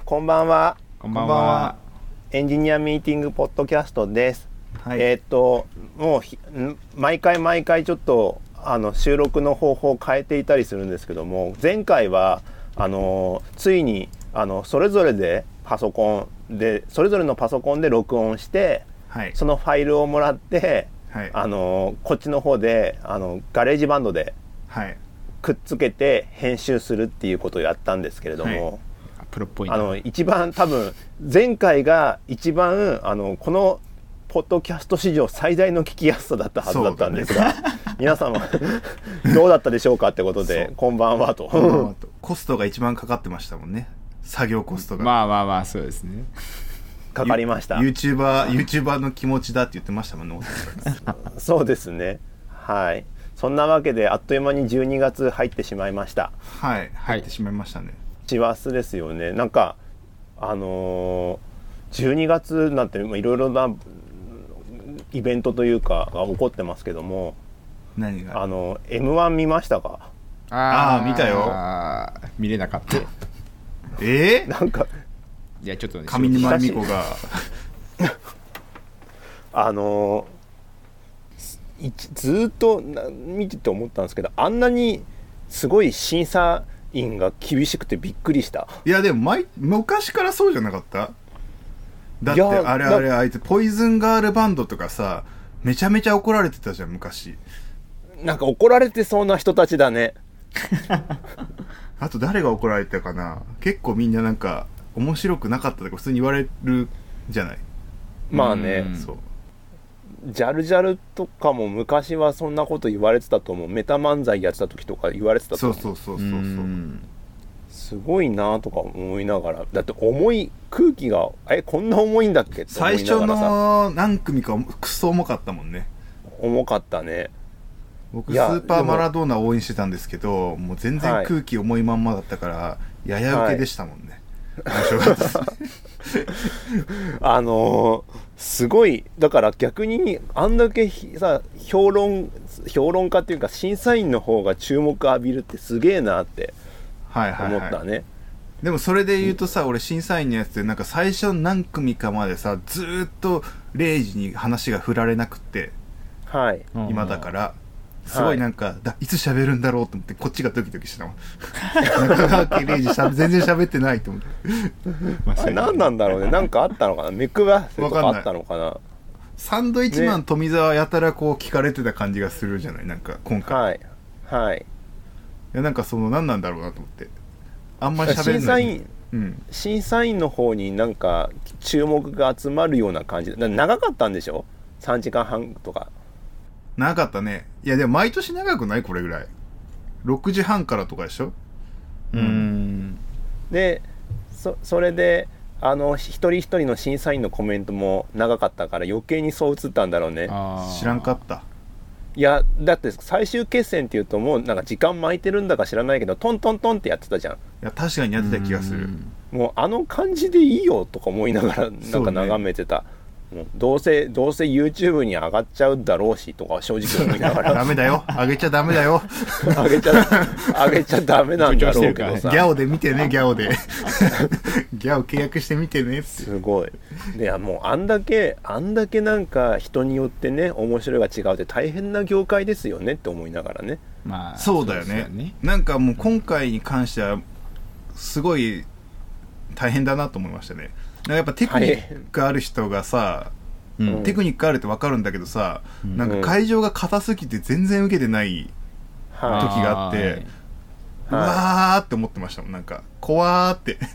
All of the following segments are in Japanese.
こんばんは。 こんばんは。 エンジニアミーティングポッドキャストです。 はい、 もう毎回ちょっと収録の方法を変えていたりするんですけども、前回はついにそれぞれのパソコンで録音して、はい、そのファイルをもらって、はい、こっちの方でガレージバンドでくっつけて編集するっていうことをやったんですけれども、はい、 プロっぽいな。 一番多分前回が一番このポッドキャスト史上最大の聞きやすさだったはずだったんですが、皆様どうだったでしょうかってことで、こんばんはとコストが一番かかってましたもんね。作業コストがまあそうですね、 かかりました。 YouTuber の気持ちだって言ってましたもんね。 そうですね。はい。そんなわけであっという間に12月入ってしまいました。 はい、入ってしまいましたね。 師走ですよね。なんか12月なんていろいろなイベントというかが起こってますけども、 何が M1 見ましたか？ 見たよ。 見れなかった。 なんかいやちょっとね、 上沼恵美子がずっと見てて思ったんですけど、あんなにすごい審査員が厳しくてびっくりした。 いやでも昔からそうじゃなかった？だってあいつポイズンガールバンドとかさ、めちゃめちゃ怒られてたじゃん昔。 なんか怒られてそうな人たちだね。 あと誰が怒られたかな。結構みんななんか面白くなかったとか普通に言われるじゃない。 まあね、そうジャルジャルとかも昔はそんなこと言われてたと思う。メタ漫才やってた時とか言われてたと思う。 そうすごいなとか思いながら、だって空気がこんな重いんだっけって思いながらさ。 最初の何組かクソ重かったもんね。 重かったね。 僕スーパーマラドーナ応援してたんですけど、もう全然空気重いまんまだったから、はい、やや受けでしたもんね。面白かったです。 すごいだから逆にあんだけさ評論家っていうか審査員の方が注目浴びるってすげえなって思ったね、はいはい。 でもそれで言うとさ、俺審査員のやつでなんか最初何組かまでさずーっと0時に話が振られなくって、 はい、 今だからすごいなんか、いつ喋るんだろうと思ってこっちがドキドキしたもん。中川家0時全然喋ってないと思って。 あれ何なんだろうね。なんかあったのかな。目配せとかあったのかな。 サンドイッチマン富澤やたらこう聞かれてた感じがするじゃない。なんか今回はい。いやなんかその何なんだろうなと思って。あんまり喋んない。 審査員の方になんか注目が集まるような感じで、長かったんでしょ。3時間半とか。 長かったね。いやでも毎年長くない？これぐらい6時半からとかでしょ。 でそれで一人一人の審査員のコメントも長かったから余計にそう映ったんだろうね。 知らんかった。 いやだって最終決戦っていうともうなんか時間巻いてるんだか知らないけどトントントンってやってたじゃん。いや確かにやってた気がする。 もう感じでいいよとか思いながらなんか眺めてた。どうせ YouTube に上がっちゃうだろうしとか正直思いながらダメだよ、上げちゃダメだよ上げちゃダメなんだろうけどさ、 ギャオで見てね、ギャオでギャオ契約して見てねって。 すごい。いやもうあんだけなんか人によってね面白いが違うって大変な業界ですよねって思いながらね。 まあそうだよね。なんかもう今回に関してはすごい大変だなと思いましたね。やっぱテクニックある人がさ、テクニックあるって分かるんだけどさ、なんか会場が硬すぎて全然受けてない時があって、うわーって思ってましたもん。なんか怖ーって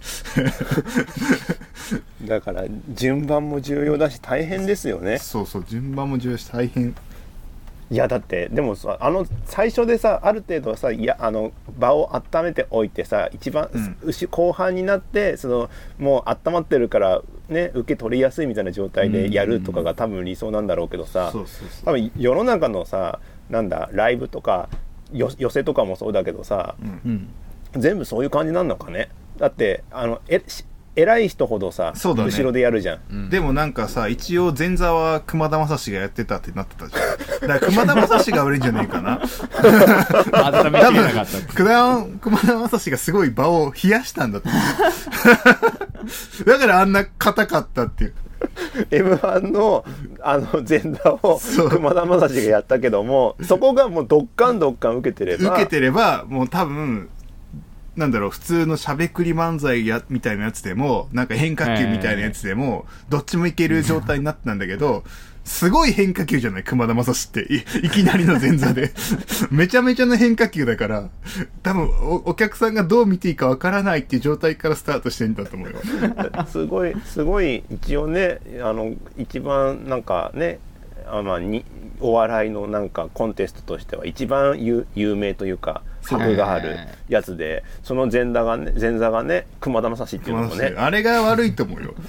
だから順番も重要だし大変ですよね。 そう順番も重要だし大変。 いやだってでもさ最初でさある程度さ場を温めておいてさ一番、後半になってもう温まってるからね受け取りやすいみたいな状態でやるとかが多分理想なんだろうけどさ、多分世の中のさなんだライブとか寄せとかもそうだけどさ、全部そういう感じなんのかね。だって偉い人ほどさ、ね、後ろでやるじゃん、 でもなんかさ一応前座は熊田正史がやってたってなってたじゃん。だから熊田正史が悪いんじゃねえかな温めきれなかった。 熊田正史がすごい場を冷やしたんだと思うだからあんな硬かったっていう。 M1 の前座を熊田正史がやったけども、そこがもうドッカン受けてればもう多分なんだろう、普通のしゃべくり漫才みたいなやつでもなんか変化球みたいなやつでもどっちもいける状態になってたんだけど、すごい変化球じゃない熊田正史って。いきなりの前座でめちゃめちゃな変化球だから、多分 お客さんがどう見ていいかわからないっていう状態からスタートしてんだと思うよすごい一応ね、一番なんかね、お笑いのなんかコンテストとしては一番有名というか格があるやつで、その前座がね熊田正史っていうのもね、 あれが悪いと思うよ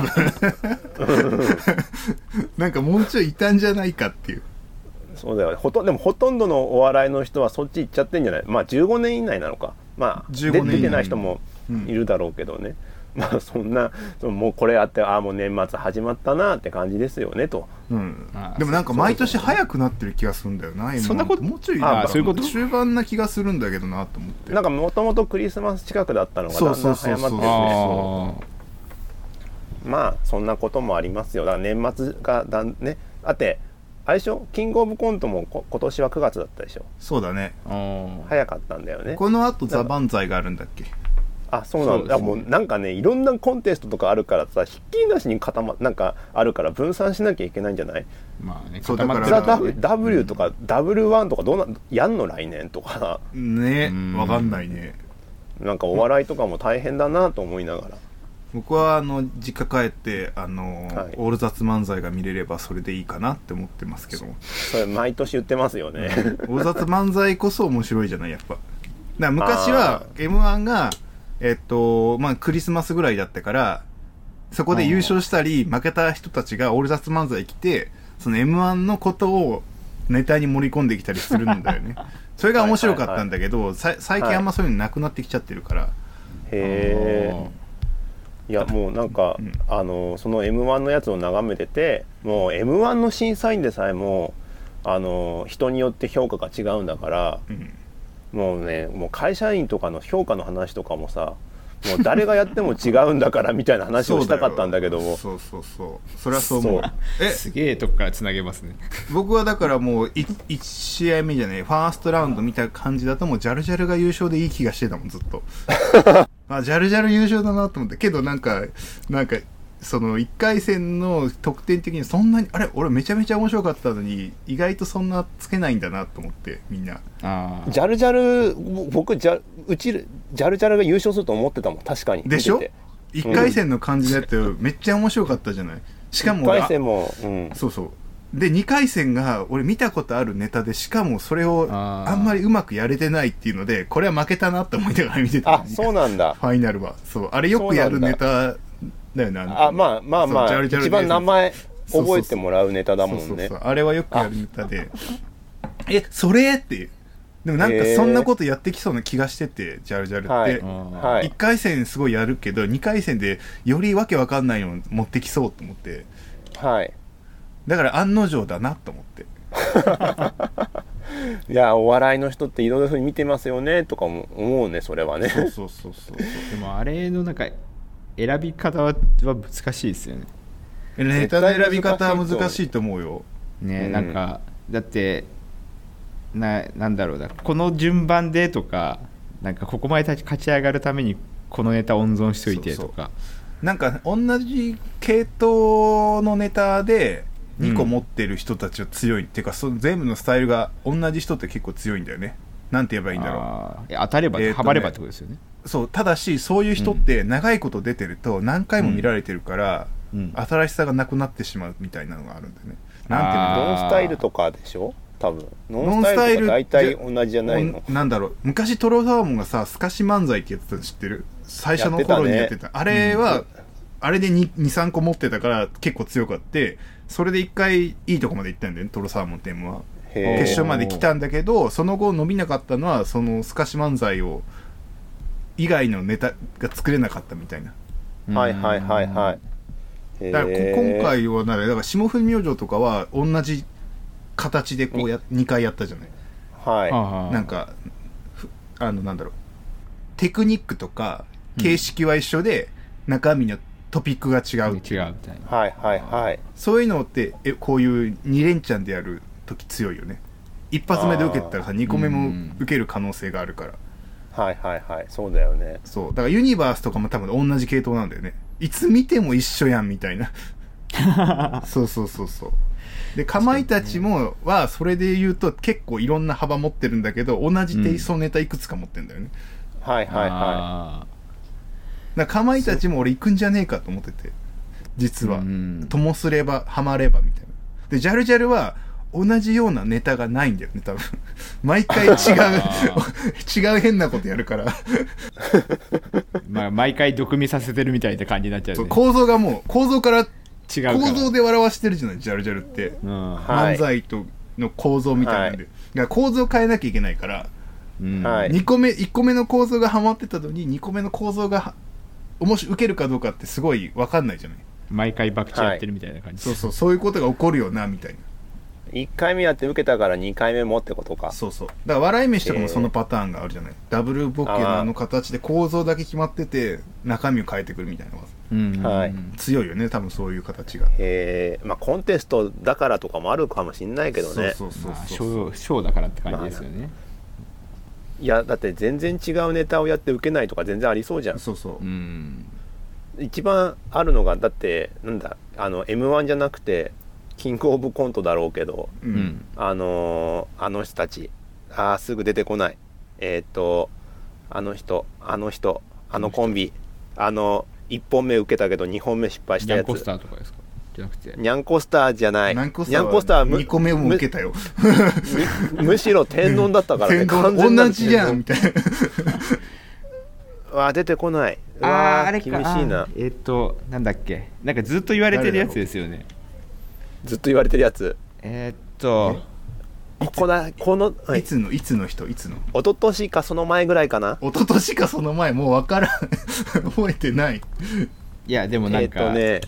なんかもうちょいいたんじゃないかっていう。 そうだよね。でもほとんどのお笑いの人はそっち行っちゃってんじゃない。まあ15年以内なのか、まあ出てない人もいるだろうけどね、まあそんなもうこれあってもう年末始まったなって感じですよねと、 でもなんか毎年早くなってる気がするんだよな。 そんなこともうちょいそういうこと中盤な気がするんだけどなと思って。 なんかもともとクリスマス近くだったのがだんだん早まってるね。まあそんなこともありますよ。だから年末がね、だってあれでしょ、キングオブコントも今年は9月だったでしょ。 そうだね、 早かったんだよね。 この後ザ・バンザイがあるんだっけ。 あ、そうなんだ。もうなんかね、いろんなコンテストとかあるからさ、ひっきりなしになんかあるから分散しなきゃいけないんじゃない。 まあね、 そうだからザ・ W とか W1 とかやんの来年とかね、わかんないね。 なんかお笑いとかも大変だなと思いながら、 僕は実家帰ってオール雑漫才が見れればそれでいいかなって思ってますけども。 それ毎年言ってますよねオール雑漫才こそ面白いじゃない、やっぱ。だから昔は M1 がまあクリスマスぐらいだったから、そこで優勝したり負けた人たちがオール雑漫才来て、その M1 のことをネタに盛り込んできたりするんだよねそれが面白かったんだけど、最近あんまそういうのなくなってきちゃってるから、 へえ。いやもうなんか、その M1 のやつを眺めてて、もう M1 の審査員でさえも人によって評価が違うんだから、もうね、もう会社員とかの評価の話とかもさ、もう誰がやっても違うんだからみたいな話をしたかったんだけどもそうそりゃそう思う。 すげえとこからつなげますね。 僕はだからもう1試合目じゃねえ、ファーストラウンド見た感じだともうジャルジャルが優勝でいい気がしてたもんずっとジャルジャル優勝だなと思って。けどなんかその1回戦の得点的にそんなに俺めちゃめちゃ面白かったのに意外とそんなつけないんだなと思って、みんな。 ジャルジャル、僕ジャルジャルが優勝すると思ってたもん、確かに。 でしょ。1回戦の感じだってめっちゃ面白かったじゃない。しかも 1回戦も、 そうで2回戦が俺見たことあるネタで、しかもそれをあんまりうまくやれてないっていうので、これは負けたなって思いながら見てた。 あ、そうなんだ。 ファイナルはそう、あれよくやるネタだよね。 まあ一番名前覚えてもらうネタだもんね。 あれはよくやるネタでそれっていう。でもなんかそんなことやってきそうな気がしてて、ジャルジャルって、1回戦すごいやるけど2回戦でよりわけわかんないのを持ってきそうと思って、だから案の定だなと思っていやお笑いの人っていろんな風に見てますよねとかも思うね、それはね。 そうでもあれのなんか選び方は難しいですよね。 ネタの選び方は難しいと思うよね。なんかだってなんだろうな、この順番でとか、なんかここまで勝ち上がるためにこのネタ温存しといてとか、 なんか同じ系統のネタで2個持ってる人たちは強いっていうか、その全部のスタイルが同じ人って結構強いんだよね。なんて言えばいいんだろう。 当たれば、はまればってことですよね。 そう、ただしそういう人って長いこと出てると何回も見られてるから、新しさがなくなってしまうみたいなのがあるんだよね。なんていうの、 ノンスタイルとかでしょ多分。ノンスタイルとか大体同じじゃないの。 なんだろう、昔トロサーモンがさ、スカシ漫才ってやってたの知ってる？最初の頃にやってた。あれは、あれで 2,3 個持ってたから結構強かって、それで1回いいとこまで行ったんだよね、トロサーモンっていうのは。決勝まで来たんだけど、その後伸びなかったのはそのスカシ漫才を以外のネタが作れなかったみたいな。 はいはいはいはい。 だから今回はだから霜降り明星とかは同じ形でこう2回やったじゃない。 はい。 なんかなんだろう、テクニックとか形式は一緒で、 中身のトピックが違う、 違うみたいな。 はいはいはい。 そういうのってこういう2連チャンでやる時強いよね。一発目で受けたらさ2個目も受ける可能性があるから。 はいはいはい、そうだよね。 そうだからユニバースとかも多分同じ系統なんだよね。いつ見ても一緒やんみたいなそうそうそうそう。でかまいたちもはそれで言うと結構いろんな幅持ってるんだけど、同じテイストネタいくつか持ってるんだよね、 はいはいはだからかまいたちも俺行くんじゃねえかと思ってて、実はともすればハマればみたいな。でジャルジャルは同じようなネタがないんだよね多分毎回違う違う変なことやるからまあ毎回毒味させてるみたいな感じになっちゃう、ね、 そう構造がもう構造から違うから、 構造で笑わしてるじゃないジャルジャルって、漫才との構造みたいなんで、だから構造変えなきゃいけないから、1個目の構造がハマってたのに2個目の構造が受けるかどうかってすごい分かんないじゃない。 毎回爆打やってるみたいな感じ、 そういうことが起こるよなみたいな。 1回目やって受けたから2回目もってことか。 そうだから笑い飯とかもそのパターンがあるじゃない、ダブルボケの形で構造だけ決まってて中身を変えてくるみたいなのが、はい、強いよね多分そういう形が。 まあコンテストだからとかもあるかもしれないけどね。 ショーだからって感じですよね、 いやだって全然違うネタをやって受けないとか全然ありそうじゃん。一番あるのがだってなんだM1 じゃなくてキングオブコントだろうけど、あの人たちすぐ出てこない、あのコンビ1本目受けたけど2本目失敗したやつ。 ニャンコスターとかですか？じゃなくてニャンコスターじゃない。 ニャンコスターは2個目も受けたよむしろ天丼だったからね完全同じじゃんみたいな出てこない。 あれか厳しいな。 なんだっけ、なんかずっと言われてるやつですよね。 ずっと言われてるやつ。このいつの人一昨年かその前ぐらいかな。 一昨年かその前もう分からん覚えてない。 いやでもなんか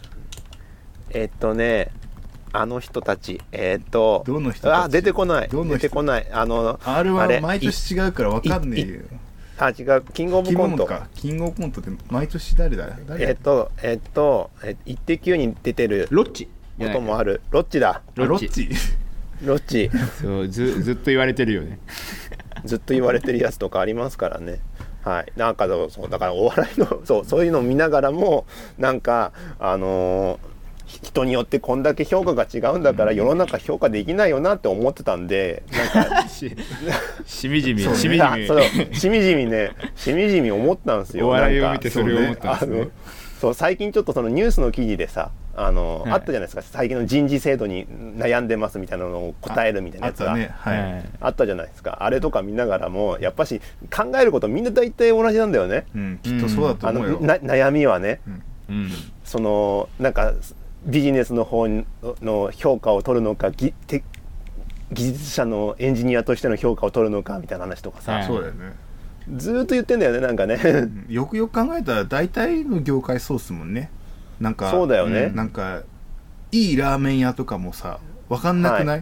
あの人たちどの人たち出てこない。 出てこない。R1 は毎年違うから分かんねえよ。 違う、キングオブコントか。 キングオブコントって毎年誰だ。イッテ Q に出てるロッチこともある。ロッチだ。 ロッチそうずっと言われてるよねずっと言われてるやつとかありますからね。はい、なんかそうだからお笑いのそういうのを見ながらもなんか人によってこんだけ評価が違うんだから世の中評価できないよなって思ってたんで、なんかしみじみ思ったんですよ。 お笑いを見てそれを思ったんですね。 最近ちょっとそのニュースの記事でさあったじゃないですか。最近の人事制度に悩んでますみたいなのを答えるみたいなやつがあったじゃないですか。あれとか見ながらもやっぱし考えることみんな大体同じなんだよね、 きっとそうだと思うよ。 悩みはね、そのなんかビジネスの方の評価を取るのか技術者のエンジニアとしての評価を取るのかみたいな話とかさ、 そうだよね。 ずーっと言ってんだよねなんかねよくよく考えたら大体の業界そうっすもんね。なんかそうだよね、 なんかいいラーメン屋とかもさ分かんなくない、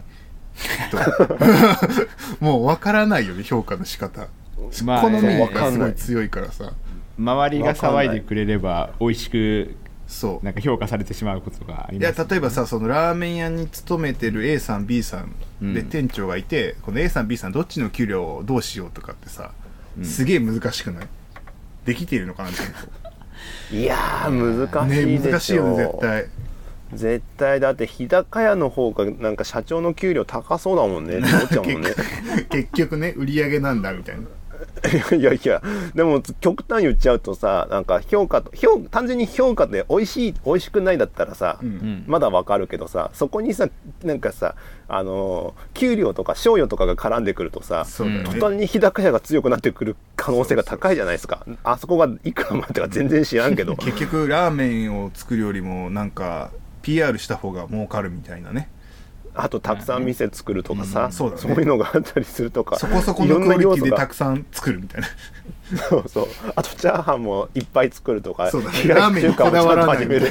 もう分からないよね評価の仕方、好みがすごい強いからさ、 周りが騒いでくれれば美味しくなんか評価されてしまうことがあります、ね、 いや例えばさそのラーメン屋に勤めてる A さん B さんで店長がいて、この A さん B さんどっちの給料をどうしようとかってさ、すげえ難しくない？できているのかなっていやー難しいでしょ、 難しいよね絶対だって日高屋の方がなんか社長の給料高そうだもんね結局ね売り上げなんだみたいな。 いやでも極端言っちゃうとさなんか単純に評価で美味しくないだったらさ、まだわかるけどさそこにさなんかさ給料とか賞与とかが絡んでくるとさ、途端に日高屋が強くなってくる可能性が高いじゃないですか。あそこがいくらまでか全然知らんけど結局ラーメンを作るよりもなんか PR した方が儲かるみたいなね。 あとたくさん店作るとかさ、そういうのがあったりするとか、 そこそこのクオリティでたくさん作るみたいなそうあとチャーハンもいっぱい作るとか、 そうだね、ラーメンにこだわらないみたいな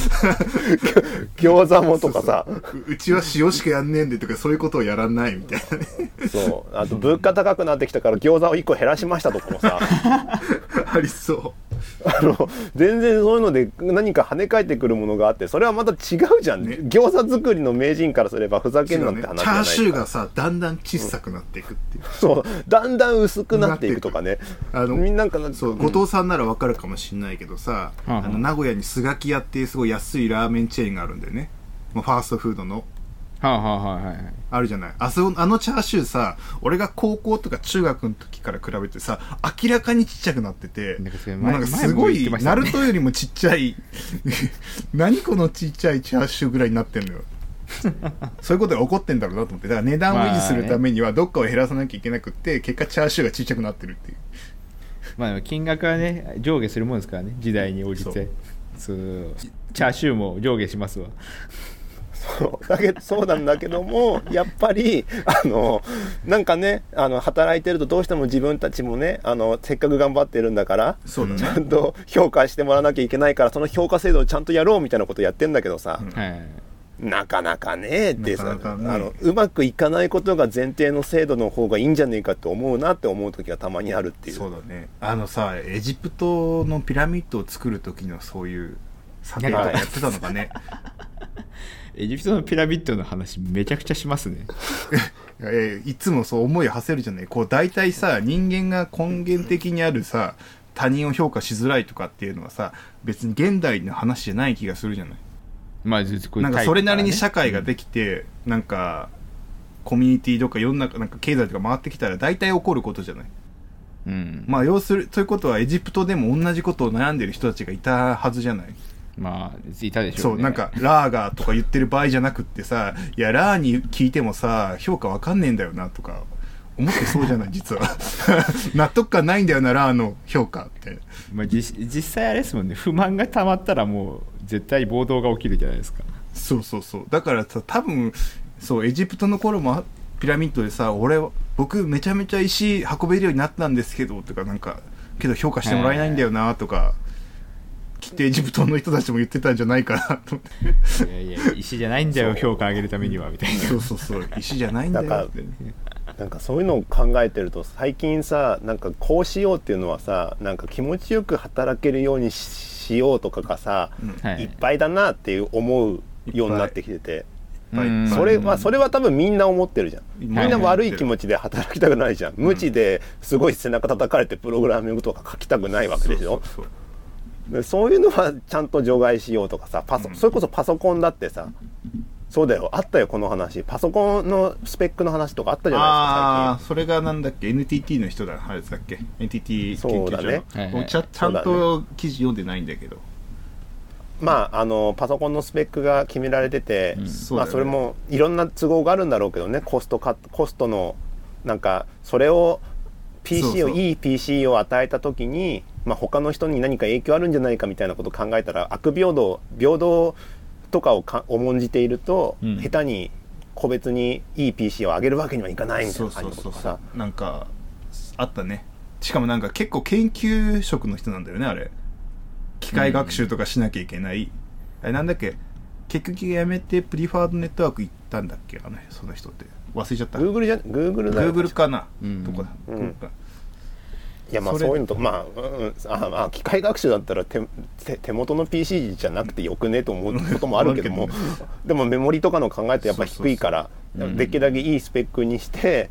餃子もとかさうちは塩しかやんねえんでとかそういうことをやらないみたいなねそうあと物価高くなってきたから餃子を1個減らしましたとかもさありそう全然そういうので何か跳ね返ってくるものがあって、それはまた違うじゃん、ね、餃子作りの名人からすればふざけんなって話じゃないか、 チャーシューがさだんだん小さくなっていくっていう、 そうだんだん薄くなっていくとかね、みんなそう後藤さんなら分かるかもしれないけどさ、名古屋にスガキ屋っていうすごい安いラーメンチェーンがあるんだよね、ファーストフードのあるじゃない。あのチャーシューさ、俺が高校とか中学の時から比べてさ、明らかにちっちゃくなってて、なんかすごい、ナルトよりもちっちゃい何このちっちゃいチャーシューぐらいになってんのよそういうことが起こってんだろうなと思って、だから値段を維持するためにはどっかを減らさなきゃいけなくって、結果チャーシューがちっちゃくなってるっていう。 まあ金額はね上下するもんですからね、時代に応じて。そうチャーシューも上下しますわ。 そうなんだけども、やっぱりなんかね、働いてるとどうしても自分たちもね、せっかく頑張ってるんだから、 そうだね、 ちゃんと評価してもらわなきゃいけないから、その評価制度をちゃんとやろうみたいなことやってんだけどさ、なかなかねってさ、うまくいかないことが前提の制度の方がいいんじゃねえかって思うなって思う時がたまにあるっていう。 そうだね。さ、エジプトのピラミッドを作る時のそういう査定とかやってたのかねエジプトのピラミッドの話めちゃくちゃしますねいつもそう思いを馳せるじゃない。こう大体さ、人間が根源的にあるさ、他人を評価しづらいとかっていうのはさ、別に現代の話じゃない気がするじゃない。 まあ、 なんかそれなりに社会ができて、なんかコミュニティとか世の中なんか経済とか回ってきたら大体起こることじゃない。まあ要するということはエジプトでも同じことを悩んでる人たちがいたはずじゃない。 まあいたでしょうね。 そう、なんかラーガーとか言ってる場合じゃなくってさ、いやラーに聞いてもさ評価わかんねえんだよなとか思ってそうじゃない実は納得感ないんだよなラーの評価みたいな。 まあ、実際あれですもんね、不満がたまったらもう絶対暴動が起きるじゃないですか。 そうだからさ、多分そうエジプトの頃もピラミッドでさ、僕めちゃめちゃ石運べるようになったんですけどとか、なんかけど評価してもらえないんだよなとか、きっとエジプトの人たちも言ってたんじゃないかなと思って。 いや石じゃないんだよ評価上げるためにはみたいな。 そう石じゃないんだよって、ね、 なんかそういうのを考えてると最近さ、なんかこうしようっていうのはさ、なんか気持ちよく働けるようにしようとかがさ、いっぱいだなっていう思うようになってきてて、それは多分みんな思ってるじゃん。みんな悪い気持ちで働きたくないじゃん。無知ですごい背中叩かれてプログラミングとか書きたくないわけでしょ。そういうのはちゃんと除外しようとかさ、それこそパソコンだってさ、そうだよ、あったよこの話、パソコンのスペックの話とかあったじゃないですか最近。 それがなんだっけ NTT の人だあれだっけ NTT 研究所。 そうだね、 ちゃんと記事読んでないんだけど、 まあパソコンのスペックが決められてて、まあそれもいろんな都合があるんだろうけどね、コストのなんかそれをいい PC を与えた時に、まあ、他の人に何か影響あるんじゃないかみたいなことを考えたら、悪平等とかを重んじていると、下手に個別にいい PC を上げるわけにはいかないみたいな感じとかさ、 なんかあったね。しかもなんか結構研究職の人なんだよねあれ。機械学習とかしなきゃいけない、あれなんだっけ、結局辞めてプリファードネットワーク行ったんだっけ、その人って忘れちゃった。Google かな、とか、 いやまあそういうのと、まあ機械学習だったら手元の PC じゃなくてよくねと思うこともあるけどもでもメモリとかの考えってやっぱ低いからできるだけいいスペックにして、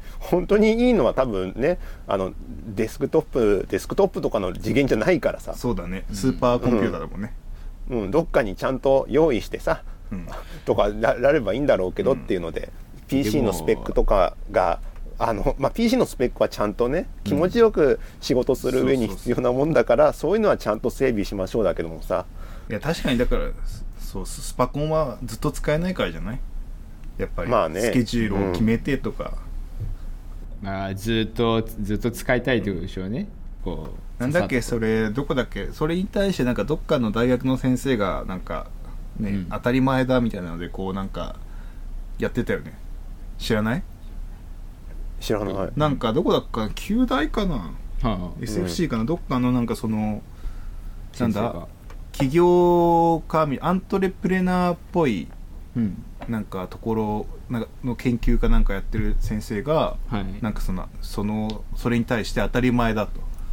本当にいいのは多分ね、デスクトップとかの次元じゃないからさ。 そうだね、スーパーコンピューターだもんね、 どっかにちゃんと用意してさ、とかなればいいんだろうけどっていうので、PC のスペックとかがPC のスペックはちゃんとね気持ちよく仕事する上に必要なもんだから、そういうのはちゃんと整備しましょうだけどもさ。 いや確かに、だからそうスパコンはずっと使えないからじゃない、やっぱり、スケジュールを決めてとか、 ずっと使いたいってことでしょうね。こうなんだっけそれ、どこだっけ、それに対してなんかどっかの大学の先生がなんかね、当たり前だみたいなのでこうなんかやってたよね。知らない？ 知らない。 なんかどこだっか、旧大かな、SFC かな、どっかのなんかそのなんだ起業家アントレプレナーっぽい、なんかところの研究かなんかやってる先生が、なんかそれに対して当たり前だと、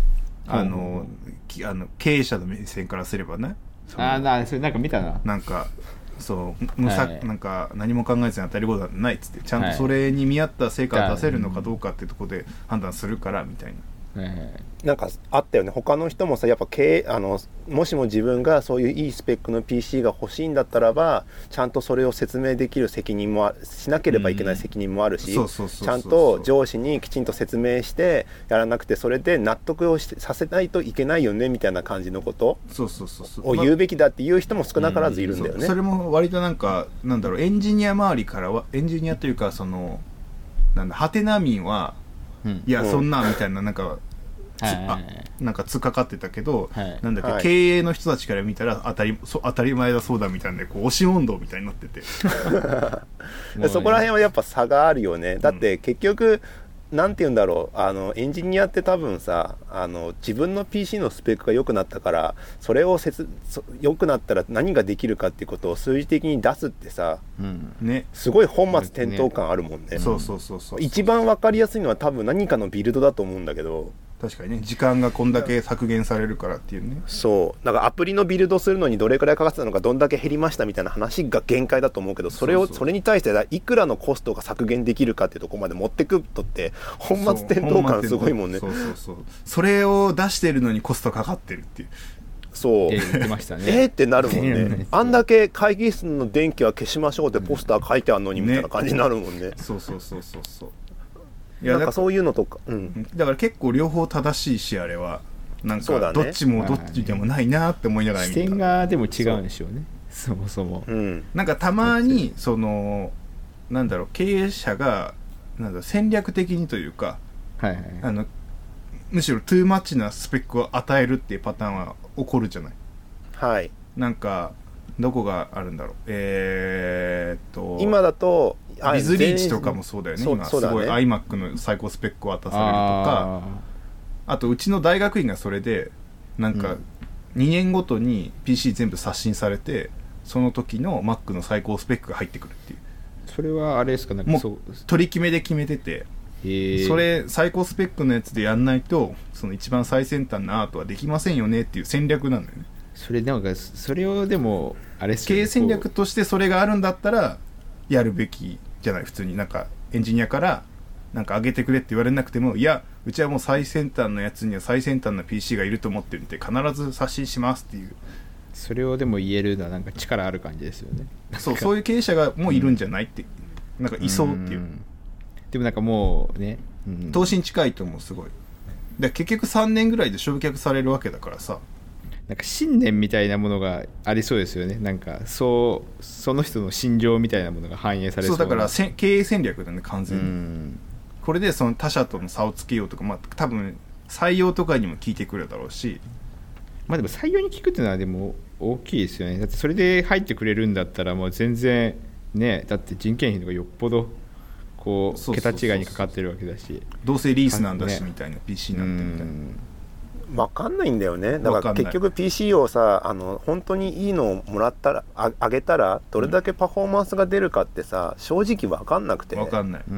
経営者の目線からすればね。 それなんか見たな。 なんかそうなんか何も考えずに当たり前はないっつって、ちゃんとそれに見合った成果を出せるのかどうかっていうところで判断するからみたいな。 なんかあったよね。他の人もさ、やっぱもしも自分がそういういいスペックの PC が欲しいんだったらば、ちゃんとそれを説明できる責任もしなければいけない責任もあるし、ちゃんと上司にきちんと説明してやらなくて、それで納得をさせないといけないよねみたいな感じのことを言うべきだっていう人も少なからずいるんだよね。 それも割となんだろう、エンジニア周りからは、エンジニアというかハテナ民は、いやそんなみたいななんか突っかかってたけど、なんだっけ、経営の人たちから見たら当たり前だそうだみたいな、押し問答みたいになっててそこら辺はやっぱ差があるよね。だって結局なんて言うんだろう、エンジニアって多分さ、自分の PC のスペックが良くなったから、それを良くなったら何ができるかっていうことを数字的に出すってさ、すごい本末転倒感あるもんね。一番分かりやすいのは多分何かのビルドだと思うんだけど。 確かにね、時間がこんだけ削減されるからっていうね。 そうだからアプリのビルドするのにどれくらいかかってたのか、どんだけ減りましたみたいな話が限界だと思うけど、それに対していくらのコストが削減できるかっていうところまで持ってくとって本末転倒感すごいもんね。 それを出してるのにコストかかってるっていう。 そう言ってましたね。 ってなるもんね。あんだけ会議室の電気は消しましょうってポスター書いてあるのにみたいな感じになるもんね。 そうなんかそういうのとか、 だから結構両方正しいし、あれはなんかどっちもどっちでもないなって思いながら見た。 視点がでも違うんでしょうね、そもそも。 なんかたまになんだろう、経営者が戦略的にというか、むしろトゥーマッチなスペックを与えるっていうパターンは起こるじゃない。 はい。 なんかどこがあるんだろう。 今だとビズリーチとかもそうだよね。今すごい iMac の最高スペックを渡されるとか、あとうちの大学院がそれでなんか2年ごとに PC 全部刷新されて、その時の Mac の最高スペックが入ってくるっていう。 それはあれですか、なんかそう取り決めで決めてて、それ最高スペックのやつでやんないとその一番最先端なアートはできませんよねっていう戦略なんだよね。 それをでもあれっすよね、 経営戦略としてそれがあるんだったらやるべきじゃない。普通になんかエンジニアからなんか上げてくれって言われなくても、いやうちはもう最先端のやつには最先端な PC がいると思ってるんで必ず刷新しますっていう、 それをでも言えるのはなんか力ある感じですよね。 そういう経営者がもういるんじゃないって、なんかいそうっていう。 でもなんかもうね、 投資に近いと思う。すごいで、結局3年ぐらいで焼却されるわけだからさ、 なんか信念みたいなものがありそうですよね。なんかその人の心情みたいなものが反映されそうな。 そうだから経営戦略だね、完全に。これでその他社との差をつけようとか、多分採用とかにも効いてくるだろうし、 でも採用に効くっていうのはでも大きいですよね。だってそれで入ってくれるんだったらもう全然ね、だって人件費とかよっぽどこう桁違いにかかってるわけだし、 どうせリースなんだしみたいな、PC なんてみたいな。 分かんないんだよね。だから結局 PC をさ、本当にいいのをもらったらあげたらどれだけパフォーマンスが出るかってさ、正直分かんなくて。 分かんない。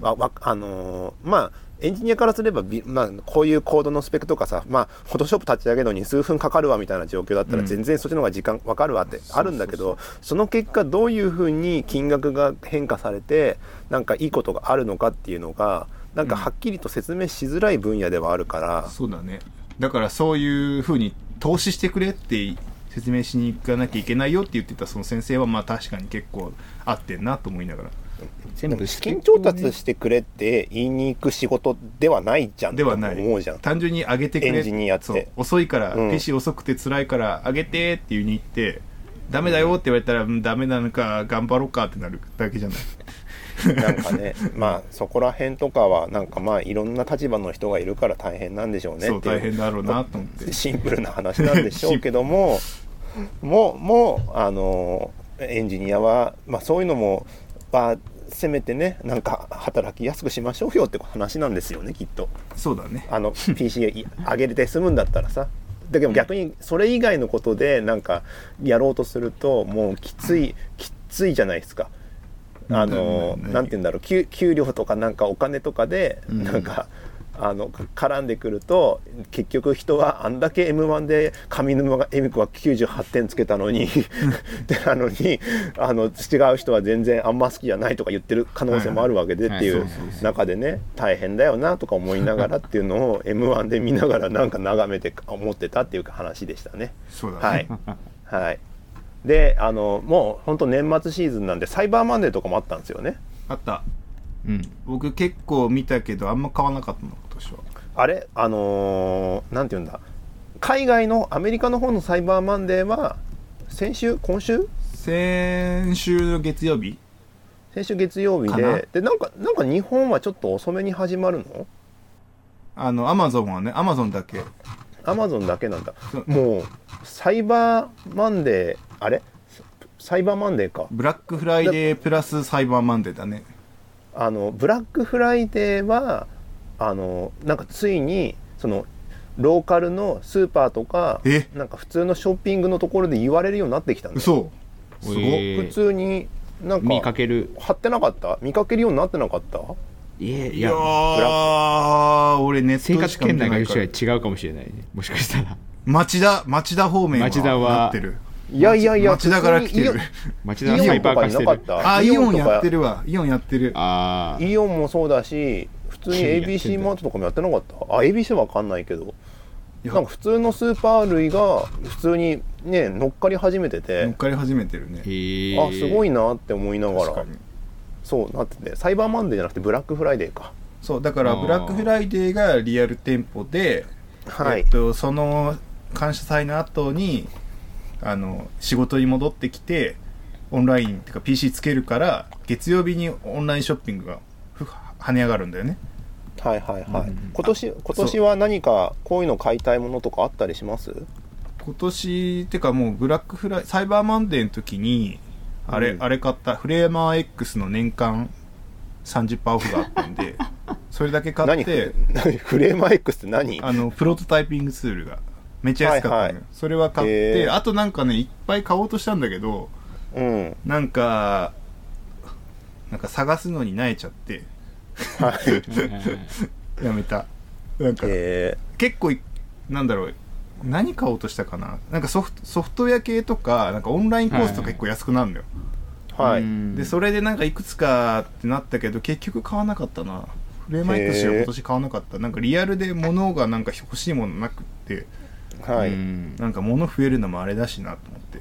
エンジニアからすればこういうコードのスペックとかさ、フォトショップ立ち上げるのに数分かかるわみたいな状況だったら全然そっちの方が時間分かるわってあるんだけど、その結果どういうふうに金額が変化されてなんかいいことがあるのかっていうのがなんかはっきりと説明しづらい分野ではあるから、 そうだね。だからそういうふうに投資してくれって説明しに行かなきゃいけないよって言ってたその先生は確かに結構合ってんなと思いながら、 全部資金調達してくれって言いに行く仕事ではないじゃんではない。 思うじゃん。 単純に上げてくれ、 エンジニアってそう遅いから、PC 遅くて辛いから上げてって言いに行ってダメだよって言われたら、ダメなのか頑張ろうかってなるだけじゃない。 なんかね、そこら辺とかはなんかいろんな立場の人がいるから大変なんでしょうねっていう。 そう大変だろうなと思ってシンプルな話なんでしょうけどもエンジニアはそういうのもせめてね、なんか働きやすくしましょうよって話なんですよね、きっと。 そうだね。 PC 上げて済むんだったらさ。だけど逆にそれ以外のことでなんかやろうとするともうきついじゃないですか。なんて言うんだろう、給料とかなんかお金とかでなんか絡んでくると結局人はあんだけ M1 で上沼恵美子は98点つけたのにでなのに違う人は全然あんま好きじゃないとか言ってる可能性もあるわけでっていう中でね、大変だよなとか思いながらっていうのを M1 で見ながらなんか眺めて思ってたっていう話でしたね。 そうだね。 はい、はい、でもう本当年末シーズンなんでサイバーマンデーとかもあったんですよね。 あった。うん、僕結構見たけどあんま買わなかったの今年は。あれなんていうんだ、海外のアメリカの方のサイバーマンデーは先週の月曜日でなんか日本はちょっと遅めに始まるの？ アマゾンはね、アマゾンだけなんだ。もうサイバーマンデーサイバーマンデーか。 ブラックフライデープラスサイバーマンデーだね。 ブラックフライデーはなんかついにそのローカルのスーパーとかなんか普通のショッピングのところで言われるようになってきたんだよ。 嘘。 すごい。普通になんか見かける。 貼ってなかった？見かけるようになってなかった？ いや俺ネット生活圏内が違うかもしれないね。もしかしたら町田方面はなってる。 いや町田から来てる。 町田はハイパー化してる。 イオンやってるわ。イオンもそうだし、普通に ABC マートとかもやってなかった？ABC は分かんないけど、なんか普通のスーパー類が普通にね乗っかり始めてて。 乗っかり始めてるね。 すごいなって思いながら。そうなってて、サイバーマンデーじゃなくてブラックフライデーか。 そうだからブラックフライデーがリアル店舗で、その感謝祭の後に仕事に戻ってきてオンラインっていうか PC つけるから月曜日にオンラインショッピングが跳ね上がるんだよね。 はい、今年は何かこういうの買いたいものとかあったりします？ 今年ってかもうブラックフライサイバーマンデーの時にあれ買った。フレーマー X の年間 30% オフがあったんでそれだけ買ってフレーマー X って何？ プロトタイピングツールがめっちゃ安かったのよ。それは買って、あとなんかねいっぱい買おうとしたんだけど、なんか探すのに慣れちゃってやめた。なんか、結構なんだろう、何買おうとしたかな。なんかソフトウェア系とかなんかオンラインコースとか結構安くなるんだよ。でそれでなんかいくつかってなったけど結局買わなかったな。フレーマー X は今年買わなかった。なんかリアルで物がなんか欲しいものなくって、なんか物増えるのもあれだしなと思って。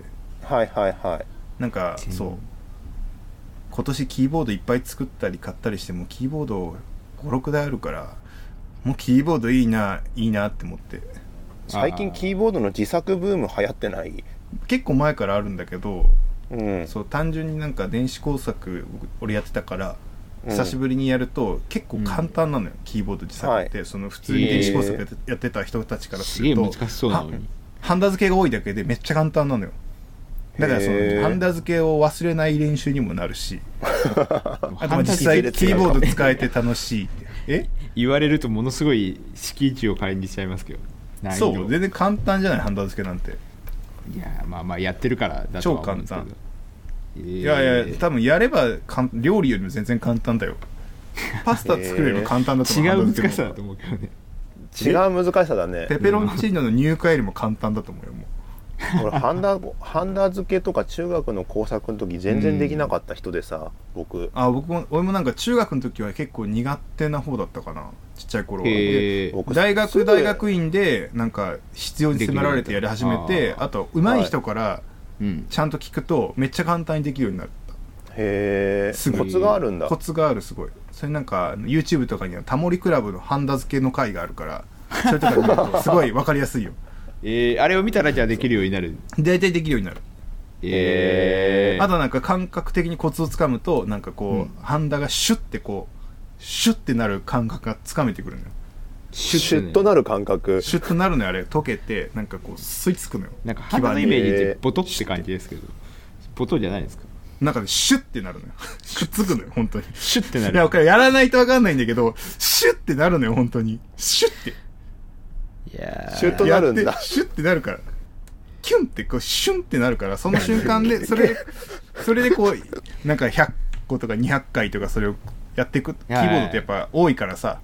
なんかそう今年キーボードいっぱい作ったり買ったりしてもキーボード 5,6 台あるからもうキーボードいいなって思って。 最近キーボードの自作ブーム流行ってない？ 結構前からあるんだけど、そう単純になんか電子工作俺やってたから久しぶりにやると結構簡単なのよ、キーボード自作って。その普通に電子工作やってた人たちからすると難しそうなのにハンダ付けが多いだけでめっちゃ簡単なのよ。だからそのハンダ付けを忘れない練習にもなるしあと実際キーボード使えて楽しい言われるとものすごい敷地を感じちゃいますけど。 そう全然簡単じゃないハンダ付けなんて。 いやまあやってるからだとは思うんですけど。 超簡単。いや多分やれば料理よりも全然簡単だよ。パスタ作れるの簡単だと思う。 違う難しさだと思うけどね。 違う難しさだね。 ペペロンチーノの入荷よりも簡単だと思うよ。もう俺ハンダ付けとか中学の工作の時全然できなかった人でさ、俺もなんか中学の時は結構苦手な方だったかな、ちっちゃい頃は。で大学院でなんか必要に迫られてやり始めて、あと上手い人からちゃんと聞くとめっちゃ簡単にできるようになった。 へえ、コツがあるんだ。 コツがある、すごい。それなんか YouTube とかにはタモリクラブのハンダ付けの回があるからそれとか見るとすごい分かりやすいよ。 あれを見たらじゃあできるようになる。 大体できるようになる。あとなんか感覚的にコツをつかむとなんかこう、ハンダがシュッてこうシュッてなる感覚がつかめてくるのよ。 シュッとなる感覚。 シュッとなるのよ。あれ溶けてなんかこう吸い付くのよ。 なんかハンダのイメージってボトって感じですけど、ボトじゃないですか。 なんかねシュッてなるのよ。くっつくのよ本当に。 シュッてなる。 いややらないと分かんないんだけどシュッてなるのよ本当に。シュッて。 いやシュッとなるんだ。 シュッてなるから。キュンってこうシュンってなるからその瞬間でそれでこうなんか100個とか200回とかそれをやっていく。キーボードってやっぱ多いからさ、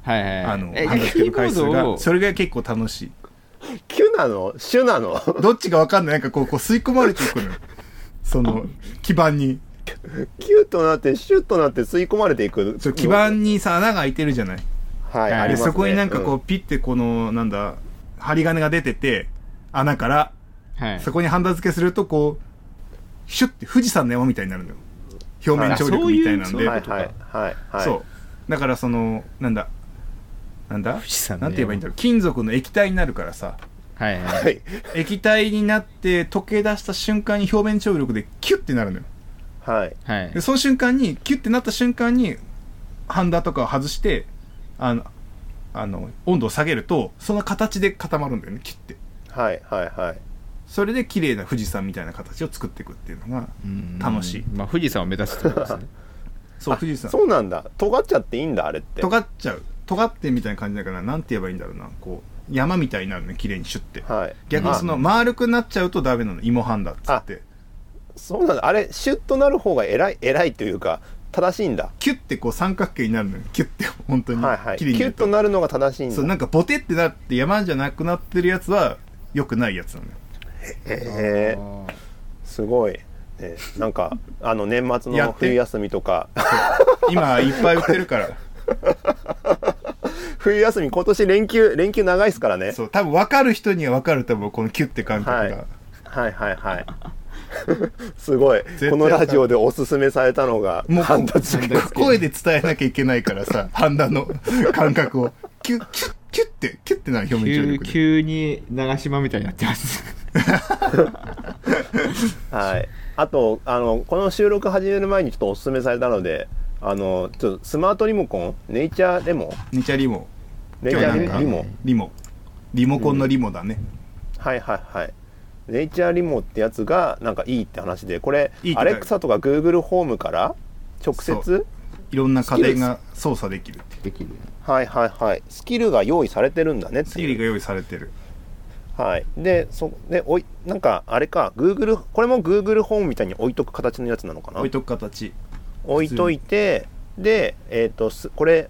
はいはい、 ハンダ付けの回数がそれが結構楽しい。 キュなのシュなのどっちか分かんない。なんかこう吸い込まれていくのよその基板にキュッとなってシュッとなって吸い込まれていく。 そう基板にさ穴が開いてるじゃない。 はい、ありますね。 そこになんかこう、ピッてこのなんだ針金が出てて穴から、はい、そこにハンダ付けするとこうシュッて富士山の山みたいになるのよ。表面張力みたいなんで、そうだからそのなんだ富士山なんて言えばいいんだろう、金属の液体になるからさ、 はいはい、 液体になって溶け出した瞬間に表面張力でキュッてなるのよ。 はいはい、でその瞬間にキュッてなった瞬間にハンダとかを外して温度を下げるとその形で固まるんだよね、キュッて。 はいはいはい。 それで綺麗な富士山みたいな形を作っていくっていうのが楽しい。 まあ富士山を目指すってことですねそう富士山。 そうなんだ。尖っちゃっていいんだあれって。 尖っちゃう。尖ってみたいな感じだから、なんて言えばいいんだろうな、こう山みたいになるね、綺麗にシュッて、はい、逆にその丸くなっちゃうとダメなの、芋ハンダっつって。 そうなんだ。あれシュッとなる方が偉いというか正しいんだ。 キュッてこう三角形になるのよ、キュッて本当に、 はいはい、キュッとなるのが正しいんだ。 そうなんかボテってなって山じゃなくなってるやつは良くないやつなのよ。 すごい、なんか年末の冬休みとか今いっぱい売ってるから冬休み今年連休長いですからね。 そう多分分かる人には分かる、多分このキュッて感覚が、 はいはいはいすごいこのラジオでおすすめされたのがハンダ付け。 声で伝えなきゃいけないからさハンダの感覚をキュッキュッてなる、表面張力で急に長島みたいになってますはい。あとこの収録始める前にちょっとおすすめされたのでちょっとスマートリモコンネイチャーリモコンのリモだね、はいはいはい。ネイチャーリモってやつがなんかいいって話で、これアレクサとか Google ホームから直接いろんな家電が操作できるってできる。 はいはいはい。スキルが用意されてるんだねっていう。 スキルが用意されてる。 はい。でなんかあれか Google、 これも Google ホームみたいに置いとく形のやつなのかな。 置いとく形。 置いといて、でこれ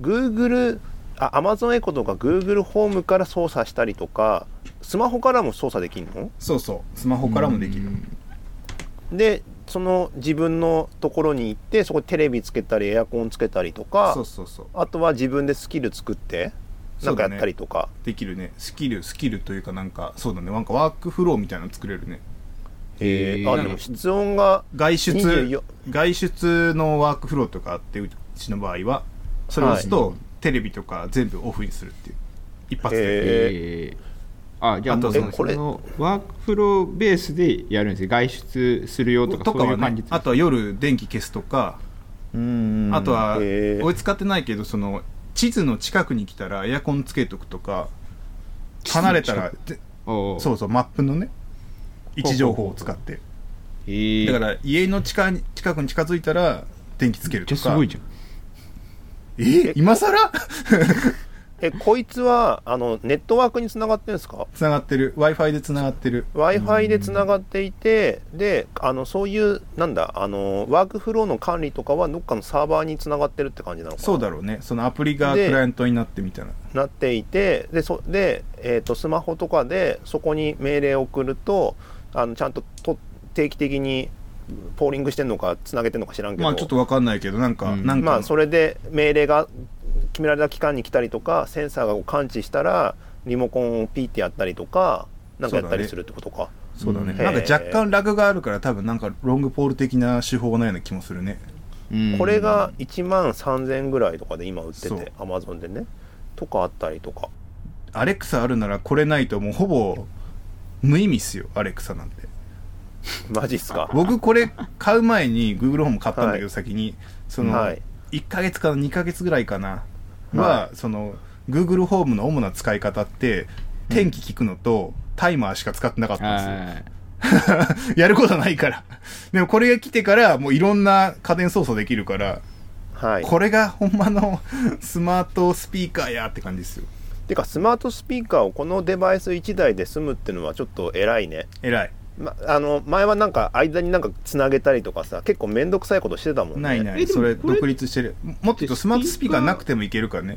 Amazon エコとか Google ホームから操作したりとか、スマホからも操作できるの？ そうそうスマホからもできる。 でその自分のところに行ってそこにテレビつけたりエアコンつけたりとか、 そうあとは自分でスキル作ってなんかやったりとか、 できるね。スキルというかなんかそうだね、なんかワークフローみたいなの作れるね。 でも室温が外出のワークフローとかあって、うちの場合はそれを押すと、テレビとか全部オフにするっていう一発で。 じゃあもうそのワークフローベースでやるんですよ。外出するよとかそういう感じ、 あとは夜電気消すとか、あとは俺使ってないけど、その地図の近くに来たらエアコンつけとくとか、離れたらそうマップのね位置情報を使って、だから家の近くに近づいたら電気つけるとか。 すごいじゃん。 今更こいつはネットワークにつながってるんですか？ つながってる。 Wi-Fi でつながってる。 Wi-Fi でつながっていて、でそういうなんだワークフローの管理とかはどっかのサーバーにつながってるって感じなのかな？ そうだろうね。そのアプリがクライアントになってみたいなっていて、でスマホとかでそこに命令を送るとちゃんと定期的にポーリングしてんのかつなげてんのか知らんけど、 ちょっと分かんないけどなんかそれで命令が決められた期間に来たりとか、センサーが感知したらリモコンをピーってやったりとかなんかやったりするってことか。 そうだね。なんか若干ラグがあるから多分なんかロングポール的な手法のような気もするね。 これが1万3000円ぐらいとかで今売ってて Amazon でねとかあったりとか。 アレクサあるならこれないともうほぼ無意味っすよ、アレクサなんて。 マジっすか？ 僕これ買う前に Google ホーム買ったんだけど、先にその1ヶ月か2ヶ月ぐらいかなは、その Google ホームの主な使い方って天気聞くのとタイマーしか使ってなかったんですよやることないからでもこれが来てからもういろんな家電操作できるから、これがほんまのスマートスピーカーやって感じですよ。 てかスマートスピーカーをこのデバイス1台で済むっていうのはちょっと偉いね。 偉い。 前はなんか間になんかつなげたりとかさ、結構めんどくさいことしてたもんね。 ないそれ独立してる。もっと言うとスマートスピーカーなくてもいけるからね。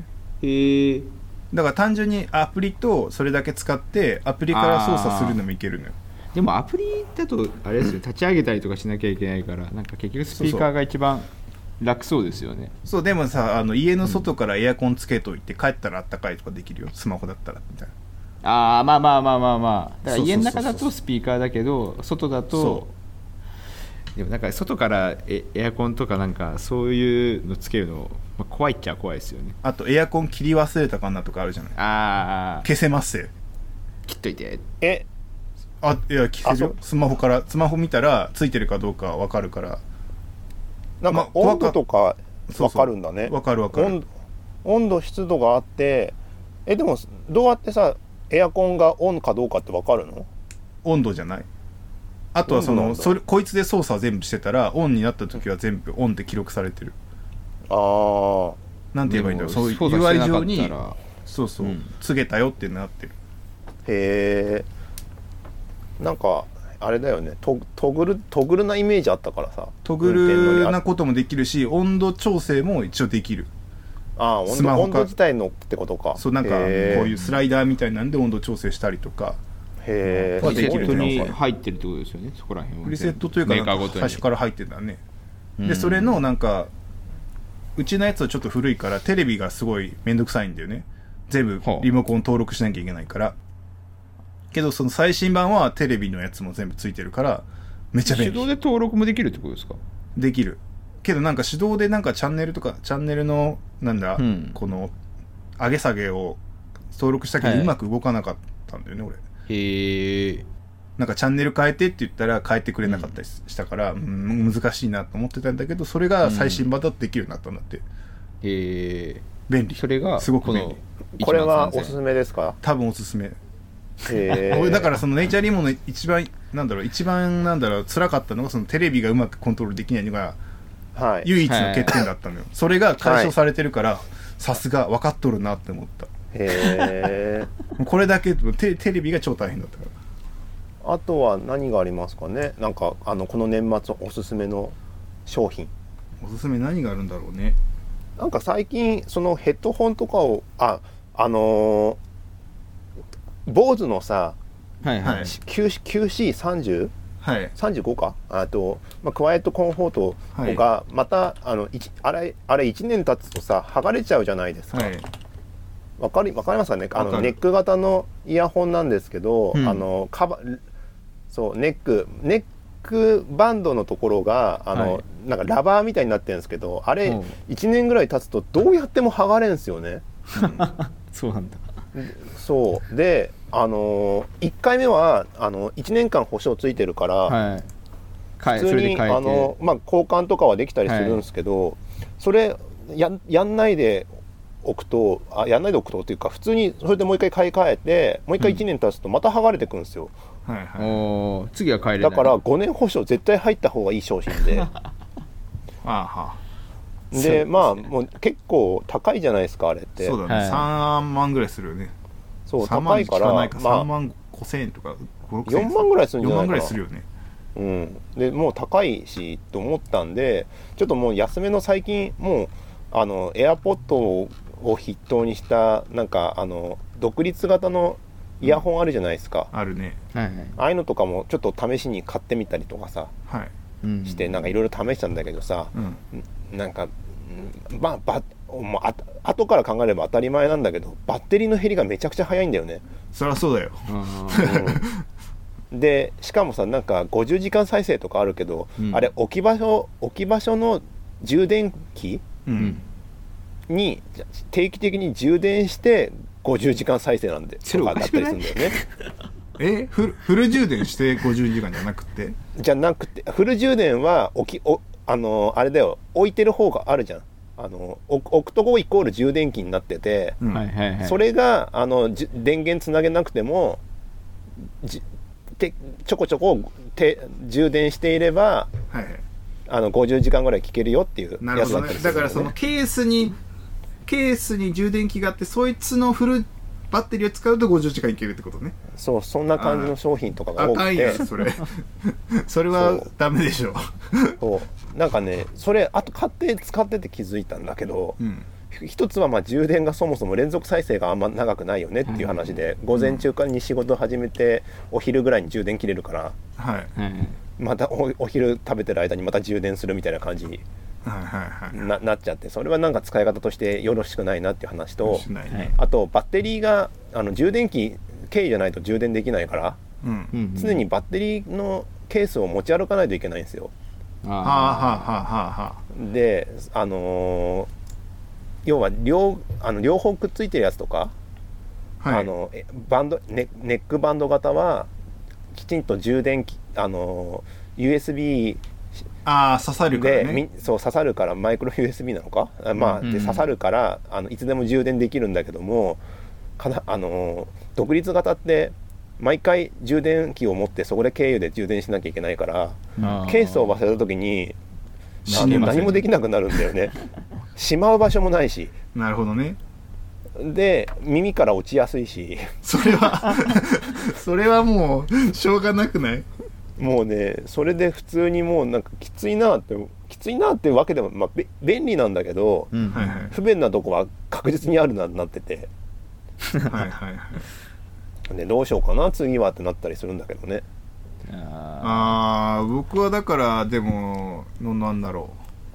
へえ。 だから単純にアプリとそれだけ使ってアプリから操作するのもいけるのよ。 でもアプリだとあれですよ、立ち上げたりとかしなきゃいけないから、なんか結局スピーカーが一番楽そうですよね。 そうでもさ、家の外からエアコンつけといて、帰ったらあったかいとかできるよ、スマホだったらみたいな。 ああ、まあまあまあまあまあ、だから家の中だとスピーカーだけど、外だとでもなんか外からエアコンとかなんかそういうのつけるの、まあ、怖いっちゃ怖いですよね。 あとエアコン切り忘れたかなとかあるじゃない。 ああ、 消せますよ。 切っといて。 いや消せるよ。スマホ見たらついてるかどうか分かるから。 なんか温度とか分かるんだね。 分かる。 温度湿度があって、でもどうやってさエアコンがオンかどうかって分かるの？ 温度じゃない。あとはこいつで操作全部してたらオンになった時は全部オンって記録されてる。 ああ。 なんて言えばいいんだろう。そういう UI 上にそう、告げたよってなってる。 へえ。なんかあれだよね、トグルなイメージあったからさ。 トグルなこともできるし、温度調整も一応できる。 ああ、温度自体のってことか。 そう、なんかこういうスライダーみたいなんで温度調整したりとか。 へえ。プリセットに入ってるってことですよね、そこら辺は。 プリセットというか、最初から入ってたね。でそれのなんかうちのやつはちょっと古いからテレビがすごいめんどくさいんだよね。全部リモコン登録しなきゃいけないから。けどその最新版はテレビのやつも全部ついてるからめっちゃ便利。 手動で登録もできるってことですか？ できるけどなんか手動でなんかチャンネルのなんだ、この上げ下げを登録したけどうまく動かなかったんだよね、俺。 へえ。 なんかチャンネル変えてって言ったら変えてくれなかったりしたから、難しいなと思ってたんだけど、それが最新版だとできるようになったんだって。 へえ。 便利。 それがすごく便利。 これはおすすめですか？ 多分おすすめ。俺だからそのネイチャーリモの一番辛かったのがそのテレビがうまくコントロールできないのが唯一の欠点だったのよ。それが解消されてるからさすが分かっとるなって思った。 へえ。 これだけテレビが超大変だったから。 あとは何がありますかね。なんかこの年末おすすめの商品。 おすすめ何があるんだろうね。 なんか最近そのヘッドホンとかを坊主のさ、QC30、はい、35か、クワイエットコンフォートがまた、あれ1年経つとさ剥がれちゃうじゃないですか。わかりますかね。ネック型のイヤホンなんですけど、そうネックバンドのところがなんかラバーみたいになってるんですけど、あれ1年ぐらい経つとどうやっても剥がれんすよね。 そうなんだ。 そうで1回目は1年間保証ついてるから、普通に交換とかはできたりするんですけど、それやんないでおくとっていうか、普通にそれでもう一回買い替えてもう一回1年経つとまた剥がれてくんですよ。 次は買えれない。 だから5年保証絶対入った方がいい商品ででもう結構高いじゃないですかあれって。 そうだね、3万ぐらいするよね。 そう高いから 3万5千円とか 4万ぐらいするんじゃないかな。 4万ぐらいするよね。 でもう高いしと思ったんで、ちょっともう安めの最近もうエアポッドを筆頭にしたなんか独立型のイヤホンあるじゃないですか。 あるね。 ああいうのとかもちょっと試しに買ってみたりとかさ、してなんかいろいろ試したんだけどさ、なんかもう後から考えれば当たり前なんだけど、バッテリーの減りがめちゃくちゃ早いんだよね。 そりゃそうだよ。 でしかもさ、なんか50時間再生とかあるけど、あれ置き場所の充電器、に定期的に充電して50時間再生なんでとかだったりするんだよね。 フル充電して50時間じゃなくてフル充電はあれだよ、置いてる方があるじゃん。置くとこイコール充電器になってて、それが電源つなげなくてもちょこちょこ充電していれば、50時間ぐらい効けるよっていうやつだったりするんだよね。 だからそのケースに充電器があって、そいつのフルバッテリーを使うと50時間いけるってことね。 そう、そんな感じの商品とかが多くて、 それはダメでしょ。 そうなんかね、それあと買って使ってて気づいたんだけど、 一つはまあ充電がそもそも連続再生があんま長くないよねっていう話で、午前中からに仕事始めてお昼ぐらいに充電切れるから、 はい、 また お昼食べてる間にまた充電するみたいな感じになっちゃって、それはなんか使い方としてよろしくないなっていう話と、あとバッテリーが充電器経由じゃないと充電できないから、常にバッテリーのケースを持ち歩かないといけないんですよ。で要は両方くっついてるやつとか、はい、バンドネックバンド型はきちんと充電器USB 刺さるからね。 そう刺さるから、マイクロ USB なのか、まあ、で刺さるからいつでも充電できるんだけども、独立型って毎回充電器を持ってそこで経由で充電しなきゃいけないから、ケースを忘れた時に何もできなくなるんだよね。しまう場所もないし。 なるほどね。 で耳から落ちやすいし、 それはもうしょうがなくない？ もうね、それで普通にもうなんかきついなっていうわけでも、まあ、便利なんだけど、不便なとこは確実にあるなっててでどうしようかな次はってなったりするんだけどね。 僕はだからでもなんだろ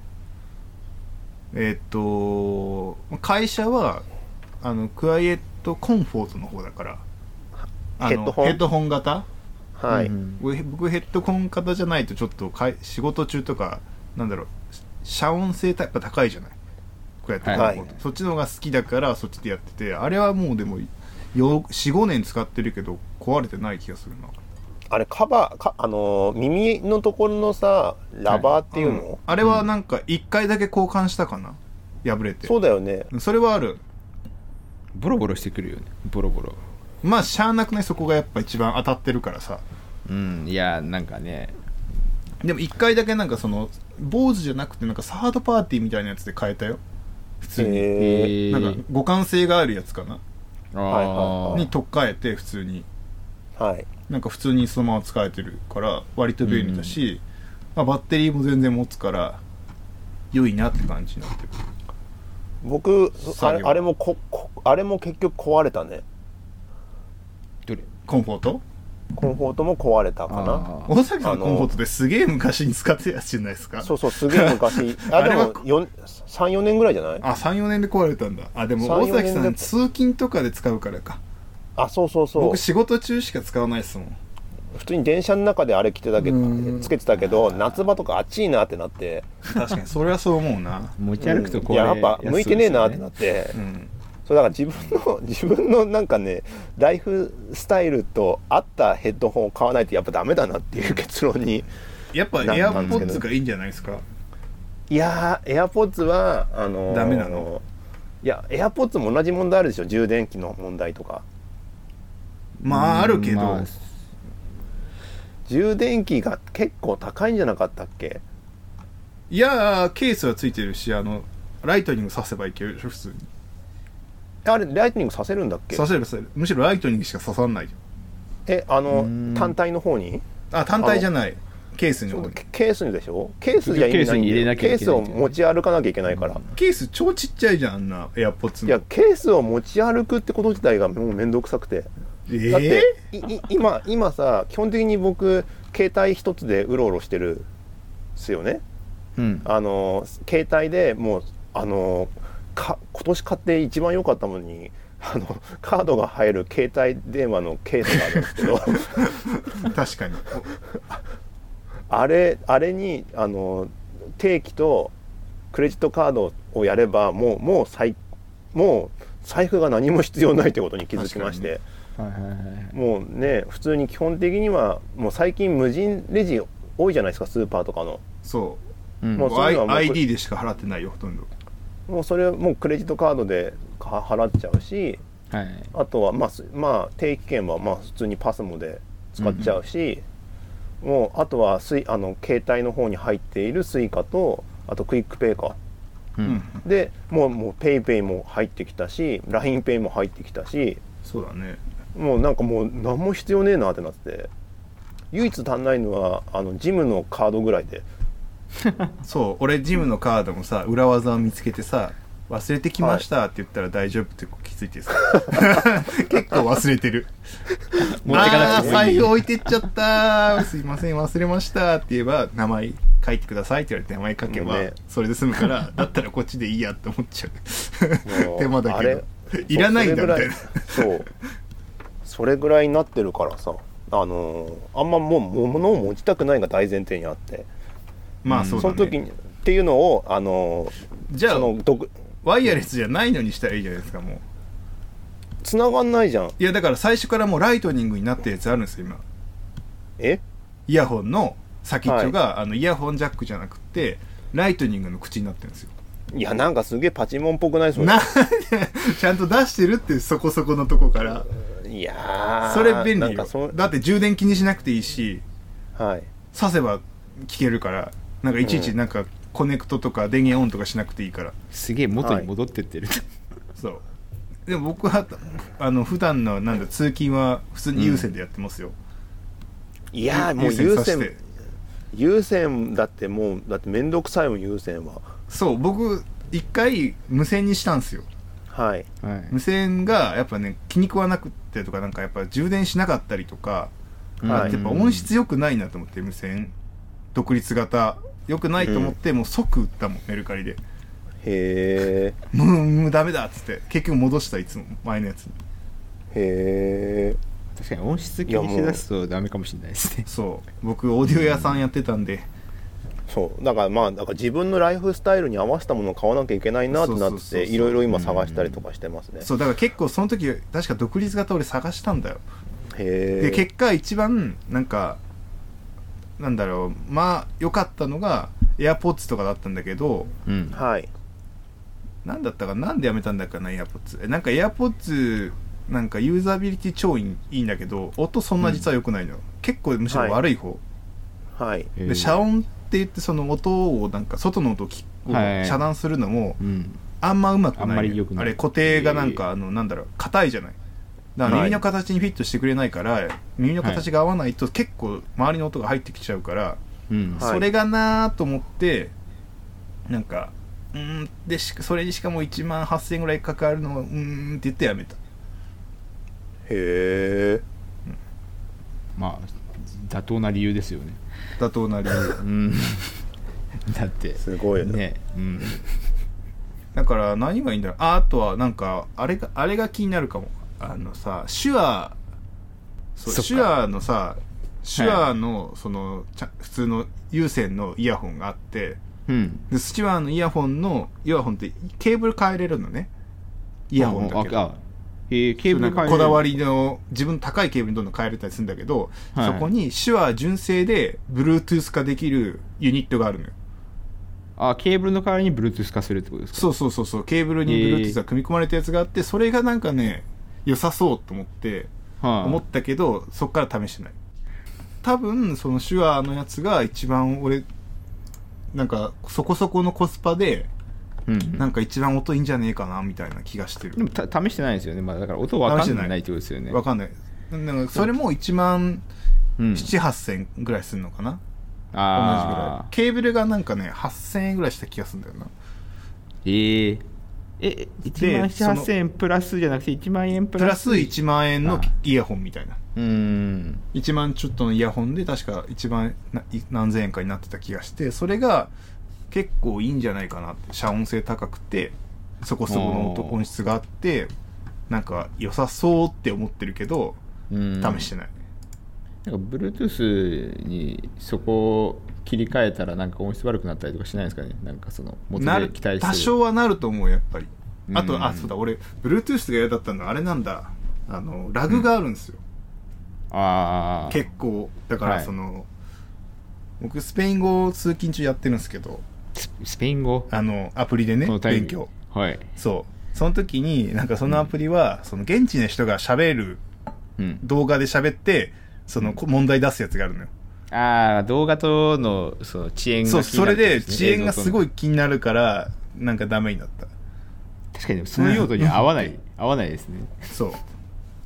う、会社はクワイエットコンフォートの方だから、ヘッドホン型、 はい、 僕ヘッドホン型じゃないとちょっと仕事中とかなんだろう、遮音性やっぱ高いじゃない、こうやってコンフォート、そっちの方が好きだからそっちでやってて、あれはもうでも 4,5 年使ってるけど壊れてない気がするな。 あれカバー耳のところのさラバーっていうの、 あれはなんか1回だけ交換したかな、破れて。 そうだよね。 それはある。 ボロボロしてくるよね、ボロボロ。 まあしゃあなくない、そこがやっぱ一番当たってるからさ。 いやなんかね、 でも1回だけなんかその坊主じゃなくてなんかサードパーティーみたいなやつで買えたよ普通に。なんか互換性があるやつかな、に取っ替えて普通に、なんか普通にそのまま使えてるから割と便利だし、まあ、バッテリーも全然持つから良いなって感じになってる。 僕あれも結局壊れたね。 どれ？コンフォートも壊れたかな。 大崎さんのコンフォートですげえ昔に使ってたやつじゃないですか。 そうすげえ昔でも 3,4 年ぐらいじゃない？ 3,4 年で壊れたんだ。でも大崎さん通勤とかで使うからか。 そう僕仕事中しか使わないですもん。 普通に電車の中であれつけてたけど、夏場とか暑いなってなって。 確かにそれはそう思うな。 持ち歩くとこれ、 やっぱ向いてねえなってなって、そうだから自分のなんかねライフスタイルと合ったヘッドホンを買わないとやっぱダメだなっていう結論にやっぱエアポッツがいいんじゃないですか。 いやエアポッツはダメなの？ いやエアポッツも同じ問題あるでしょ、充電器の問題とか。 まああるけど、 充電器が結構高いんじゃなかったっけ？ いやケースはついてるし、ライトニング挿せばいけるでしょ普通に。 あれライトニングさせるんだっけ？ させる。むしろライトニングしか刺さんないよ。 単体の方に？ 単体じゃない。ケースに。 ケースにでしょ？ケースじゃ意味ないんで、ケースを持ち歩かなきゃいけないから。 ケース超ちっちゃいじゃん、あんなエアポッツの。 いやケースを持ち歩くってこと自体がもうめんどくさくて。だって今さ基本的に僕携帯一つでうろうろしてるんですよね。携帯でもう今年買って一番良かったものにカードが入る携帯電話のケースがあるんですけど確かにあれに定期とクレジットカードをやればもう財布が何も必要ないということに気づきまして、もうね普通に基本的にはもう最近無人レジ多いじゃないですか、スーパーとかの。 そう、もうそういうのはID でしか払ってないよほとんど。 もうそれもうクレジットカードで払っちゃうし、あとはまあ定期券はまあ普通にパスモで使っちゃうし、もうあとは携帯の方に入っているスイカとあとクイックペイか、でもうペイペイも入ってきたし LINE ペイも入ってきたし、 そうだね、 もうなんかもう何も必要ねえなってなって、唯一足んないのはジムのカードぐらいでそう、俺ジムのカードもさ裏技を見つけてさ、 忘れてきましたって言ったら大丈夫って気づいてさ結構忘れてる持ってかなくてもいい。 財布置いてっちゃったすいません忘れましたって言えば名前書いてくださいって言われて名前書けばそれで済むからだったらこっちでいいやって思っちゃう手間だけどいらないんだみたいなそうそれぐらいになってるからさあんまもう物を持ちたくないが大前提にあってまあそうだねその時にっていうのをじゃあそのワイヤレスじゃないのにしたらいいじゃないですかもう繋がんないじゃん。 いやだから最初からもうライトニングになったやつあるんですよ今えイヤホンの先っちょが、イヤホンジャックじゃなくてライトニングの口になってるんですよ。 いやなんかすげえパチモンっぽくないそれなんでちゃんと出してるってそこそこのとこからいやそれ便利よなんかだって充電気にしなくていいしはい挿せば聞けるからなんかいちいちなんかコネクトとか電源オンとかしなくていいからすげえ元に戻ってってる、 そうでも僕は普段のなんだ通勤は普通に有線でやってますよ、 いやもう有線だってもうだってめんどくさいもん有線は。 そう僕一回無線にしたんですよ。 はい無線がやっぱね気に食わなくってとかなんかやっぱ充電しなかったりとか、 はいやっぱ音質良くないなと思って無線独立型良くないと思って、もう即売ったもんメルカリで。 へえもうダメだっつって結局戻したいつも前のやつに。 へえ確かに音質気にしだすとダメかもしれないですね。 そう僕オーディオ屋さんやってたんで、 そうだからだから自分のライフスタイルに合わせたものを買わなきゃいけないなってなっていろいろ今探したりとかしてますね。 そうだから結構その時確か独立型俺探したんだよ。 へえで結果一番なんかなんだろうまあ良かったのが AirPods とかだったんだけど、 はいなんだったかなんでやめたんだっけな AirPods なんか AirPods なんかユーザビリティ超いいんだけど音そんな実は良くないの、結構むしろ悪い方、 はいで遮音って言ってその音をなんか外の音を遮断するのもあんまうまくない、 あんまり良くない。 あれ固定がなんかなんだろう硬いじゃないだから耳の形にフィットしてくれないから、耳の形が合わないと結構周りの音が入ってきちゃうから、それがなと思ってなんかでそれにしかも1万8000円ぐらいかかるのをって言ってやめた。 へえまあ妥当な理由ですよね。 妥当な理由だってすごいね、 だから何がいいんだろう。あとはなんかあれが気になるかも。さ手話手話のさ手話のその普通の有線のイヤホンがあって、で手話のイヤホンってケーブル変えれるのね。イヤホンだけどケーブル変えれる。 こだわりの自分の高いケーブルにどんどん変えれたりするんだけど、そこに手話純正で Bluetooth 化できるユニットがあるのよ。 ケーブルの代わりに Bluetooth 化するってことですか。 そうケーブルに Bluetooth が組み込まれたやつがあって、それがなんかね良さそうと思って思ったけど、そっから試してない。多分その手話のやつが一番俺なんかそこそこのコスパで、なんか一番音いいんじゃねえかなみたいな気がしてる。 でも試してないですよね。だから音分かんないってことですよね。 分かんない。なんかそれも1万7、8000ぐらいするのかな。同じぐらい。ケーブルがなんかね8000円ぐらいした気がするんだよな。 1万7、8000円プラスじゃなくて1万円プラス 1万円のイヤホンみたいな。1万ちょっとのイヤホンで確か1万何千円かになってた気がして、それが結構いいんじゃないかなって。遮音性高くてそこそこの音質があってなんか良さそうって思ってるけど試してない。 なんか Bluetooth にそこを切り替えたらなんか音質悪くなったりとかしないですかね。なんかその元で期待する多少はなると思うやっぱり。あとそうだ俺 Bluetooth が嫌だったのはあれなんだ、ラグがあるんですよ、結構だからその、僕スペイン語通勤中やってるんですけど、 スペイン語アプリでね勉強、そうその時になんかそのアプリは、その現地の人が喋る、動画で喋ってその問題出すやつがあるのよ。 動画とのその遅延が気になる、 それで遅延がすごい気になるからなんかダメになった。 確かにその用途に合わないですね。 そう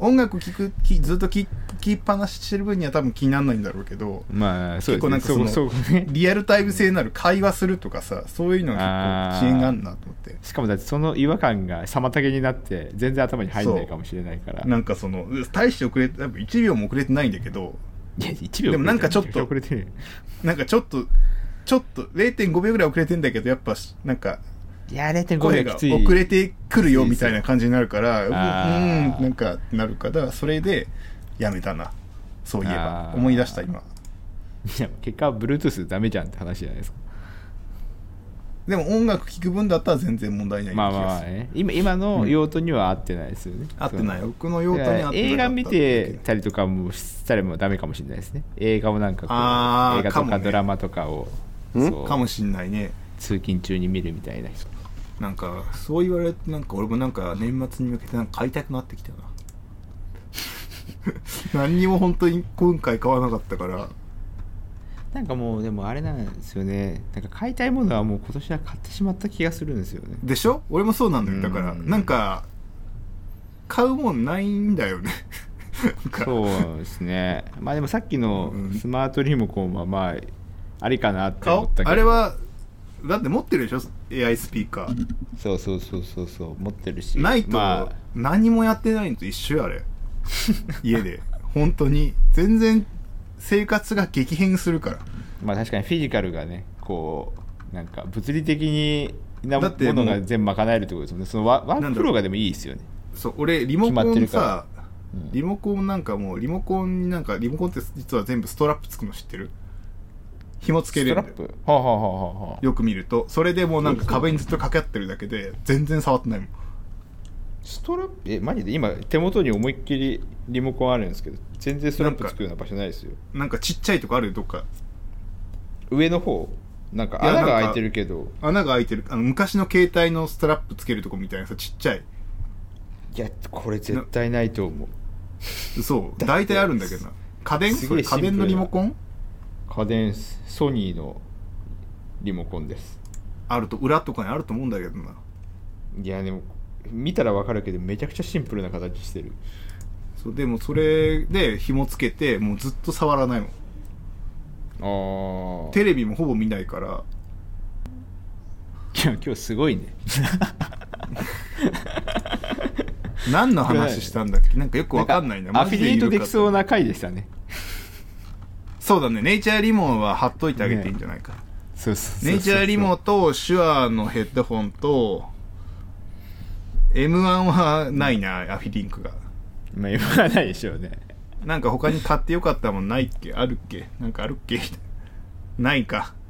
音楽ずっと聴きっぱなししてる分には多分気にならないんだろうけど、 まあそうですね、 結構なんかそのそうね、 リアルタイム性のある会話するとかさ、そういうのが結構遅延があるなと思って。 しかもだってその違和感が妨げになって全然頭に入んないかもしれないから、 なんかその大して遅れて多分1秒も遅れてないんだけど、 いや1秒でもなんかちょっと遅れてる、 なんかちょっと 0.5 秒ぐらい遅れてんだけど、やっぱなんかいや 0.5 声が秒きつい、 遅れてくるよみたいな感じになるからーなんかなるからそれでやめたな。そういえば思い出した今。 いや結果は Bluetooth ダメじゃんって話じゃないですか。 でも音楽聴く分だったら全然問題ない気がする。 まあまあね、今の用途には合ってないですよね、 合ってない。僕の用途に合ってなかった。 映画見てたりとかもしたらもうダメかもしれないですね。映画をなんかこう映画とかドラマとかをそうかもしんないね。 通勤中に見るみたいな。 なんかそう言われてなんか俺もなんか年末に向けてなんか買いたくなってきたな。何にも本当に今回買わなかったから。 なんかもうでもあれなんですよね、なんか買いたいものはもう今年は買ってしまった気がするんですよね。 でしょ？俺もそうなんだよ。だからなんか買うもんないんだよね。 そうですね。まあでもさっきのスマートリモコンはまあありかなって思ったけど、 あれはだって持ってるでしょ AI スピーカー。 そう持ってるし、 ないと何もやってないのと一緒よあれ。家で本当に全然生活が激変するから。 まあ確かにフィジカルがねこうなんか物理的になものが全部賄えるってことですもんね。そのワークフローがでもいいですよね。 そう俺リモコンさ、リモコンなんかもうリモコンって実は全部ストラップつくの知ってる？紐つけれるんだよ。 ストラップはよく見るとそれでもうなんか壁にずっと掛け合ってるだけで全然触ってないもん。 ストラップマジで今手元に思いっきりリモコンあるんですけど全然ストラップつくような場所ないですよ。 なんかちっちゃいとこある？どっか上の方なんか穴が開いてるけど。 穴が開いてる昔の携帯のストラップつけるとこみたいなさちっちゃい。 いやこれ絶対ないと思う。 そう大体あるんだけどな。家電のリモコン？ 家電ソニーのリモコンです。 あると裏とかにあると思うんだけどな。 いやでも見たら分かるけどめちゃくちゃシンプルな形してる。 そうでもそれで紐つけてもうずっと触らないもん。テレビもほぼ見ないから。 いや今日すごいね。 何の話したんだっけ？なんかよく分かんないな。 アフィリエイトできそうな回でしたね。 そうだね。ネイチャーリモは貼っといてあげていいんじゃないか。 そうネイチャーリモと手話のヘッドホンと M1 はないな。アフィリンクが。 まあ M1 はないでしょうね。 なんか他に買ってよかったもんないっけ？あるっけ？なんかあるっけ？ないか。